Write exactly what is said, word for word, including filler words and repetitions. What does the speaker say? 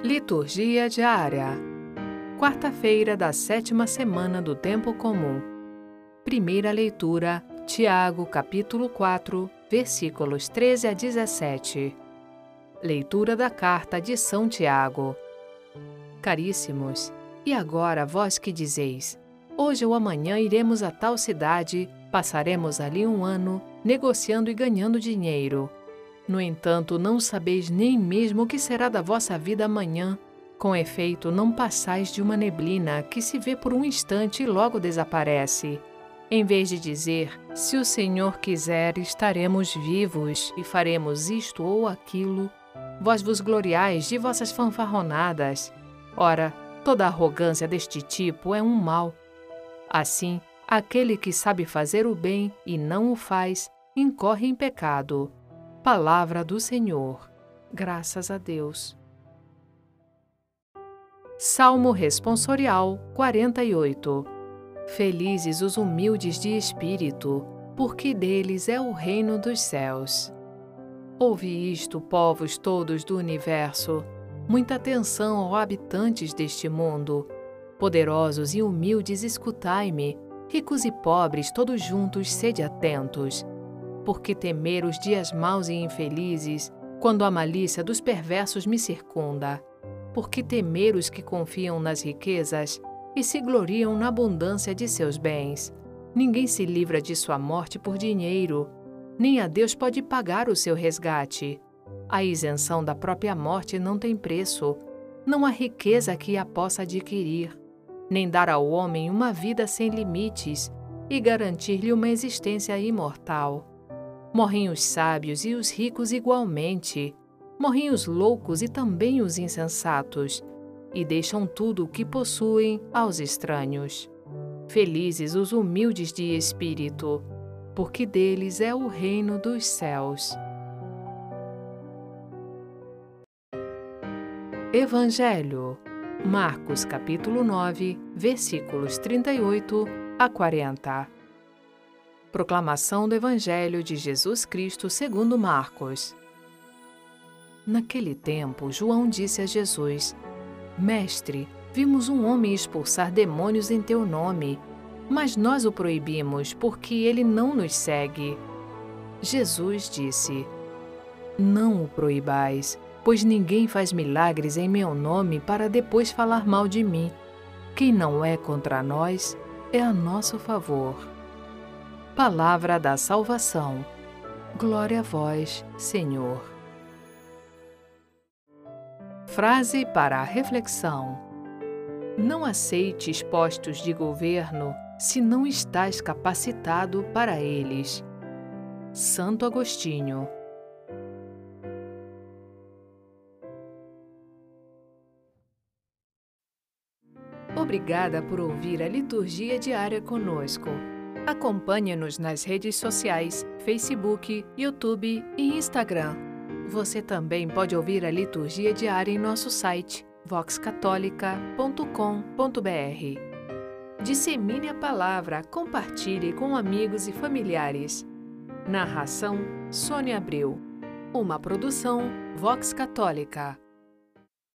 Liturgia diária. Quarta-feira da sétima semana do Tempo Comum. Primeira leitura, Tiago, capítulo quatro, versículos treze a dezessete. Leitura da carta de São Tiago. Caríssimos, e agora vós que dizeis: hoje ou amanhã iremos a tal cidade, passaremos ali um ano, negociando e ganhando dinheiro. No entanto, não sabeis nem mesmo o que será da vossa vida amanhã. Com efeito, não passais de uma neblina que se vê por um instante e logo desaparece. Em vez de dizer, se o Senhor quiser, estaremos vivos e faremos isto ou aquilo, vós vos gloriais de vossas fanfarronadas. Ora, toda arrogância deste tipo é um mal. Assim, aquele que sabe fazer o bem e não o faz, incorre em pecado. Palavra do Senhor. Graças a Deus. Salmo Responsorial quarenta e oito. Felizes os humildes de espírito, porque deles é o reino dos céus. Ouve isto, povos todos do universo. Muita atenção, ó habitantes deste mundo. Poderosos e humildes, escutai-me. Ricos e pobres, todos juntos, sede atentos. Porque temer os dias maus e infelizes, quando a malícia dos perversos me circunda? Porque temer os que confiam nas riquezas e se gloriam na abundância de seus bens? Ninguém se livra de sua morte por dinheiro, nem a Deus pode pagar o seu resgate. A isenção da própria morte não tem preço, não há riqueza que a possa adquirir, nem dar ao homem uma vida sem limites e garantir-lhe uma existência imortal. Morrem os sábios e os ricos igualmente, morrem os loucos e também os insensatos, e deixam tudo o que possuem aos estranhos. Felizes os humildes de espírito, porque deles é o reino dos céus. Evangelho. Marcos capítulo nove, versículos trinta e oito a quarenta. Proclamação do Evangelho de Jesus Cristo segundo Marcos. Naquele tempo, João disse a Jesus: Mestre, vimos um homem expulsar demônios em teu nome, mas nós o proibimos, porque ele não nos segue. Jesus disse: Não o proibais, pois ninguém faz milagres em meu nome para depois falar mal de mim. Quem não é contra nós, é a nosso favor. Palavra da salvação. Glória a vós, Senhor. Frase para a reflexão. Não aceites postos de governo se não estás capacitado para eles. Santo Agostinho. Obrigada por ouvir a liturgia diária conosco. Acompanhe-nos nas redes sociais, Facebook, YouTube e Instagram. Você também pode ouvir a liturgia diária em nosso site, vox católica ponto com ponto br. Dissemine a palavra, compartilhe com amigos e familiares. Narração: Sônia Abreu. Uma produção Vox Católica.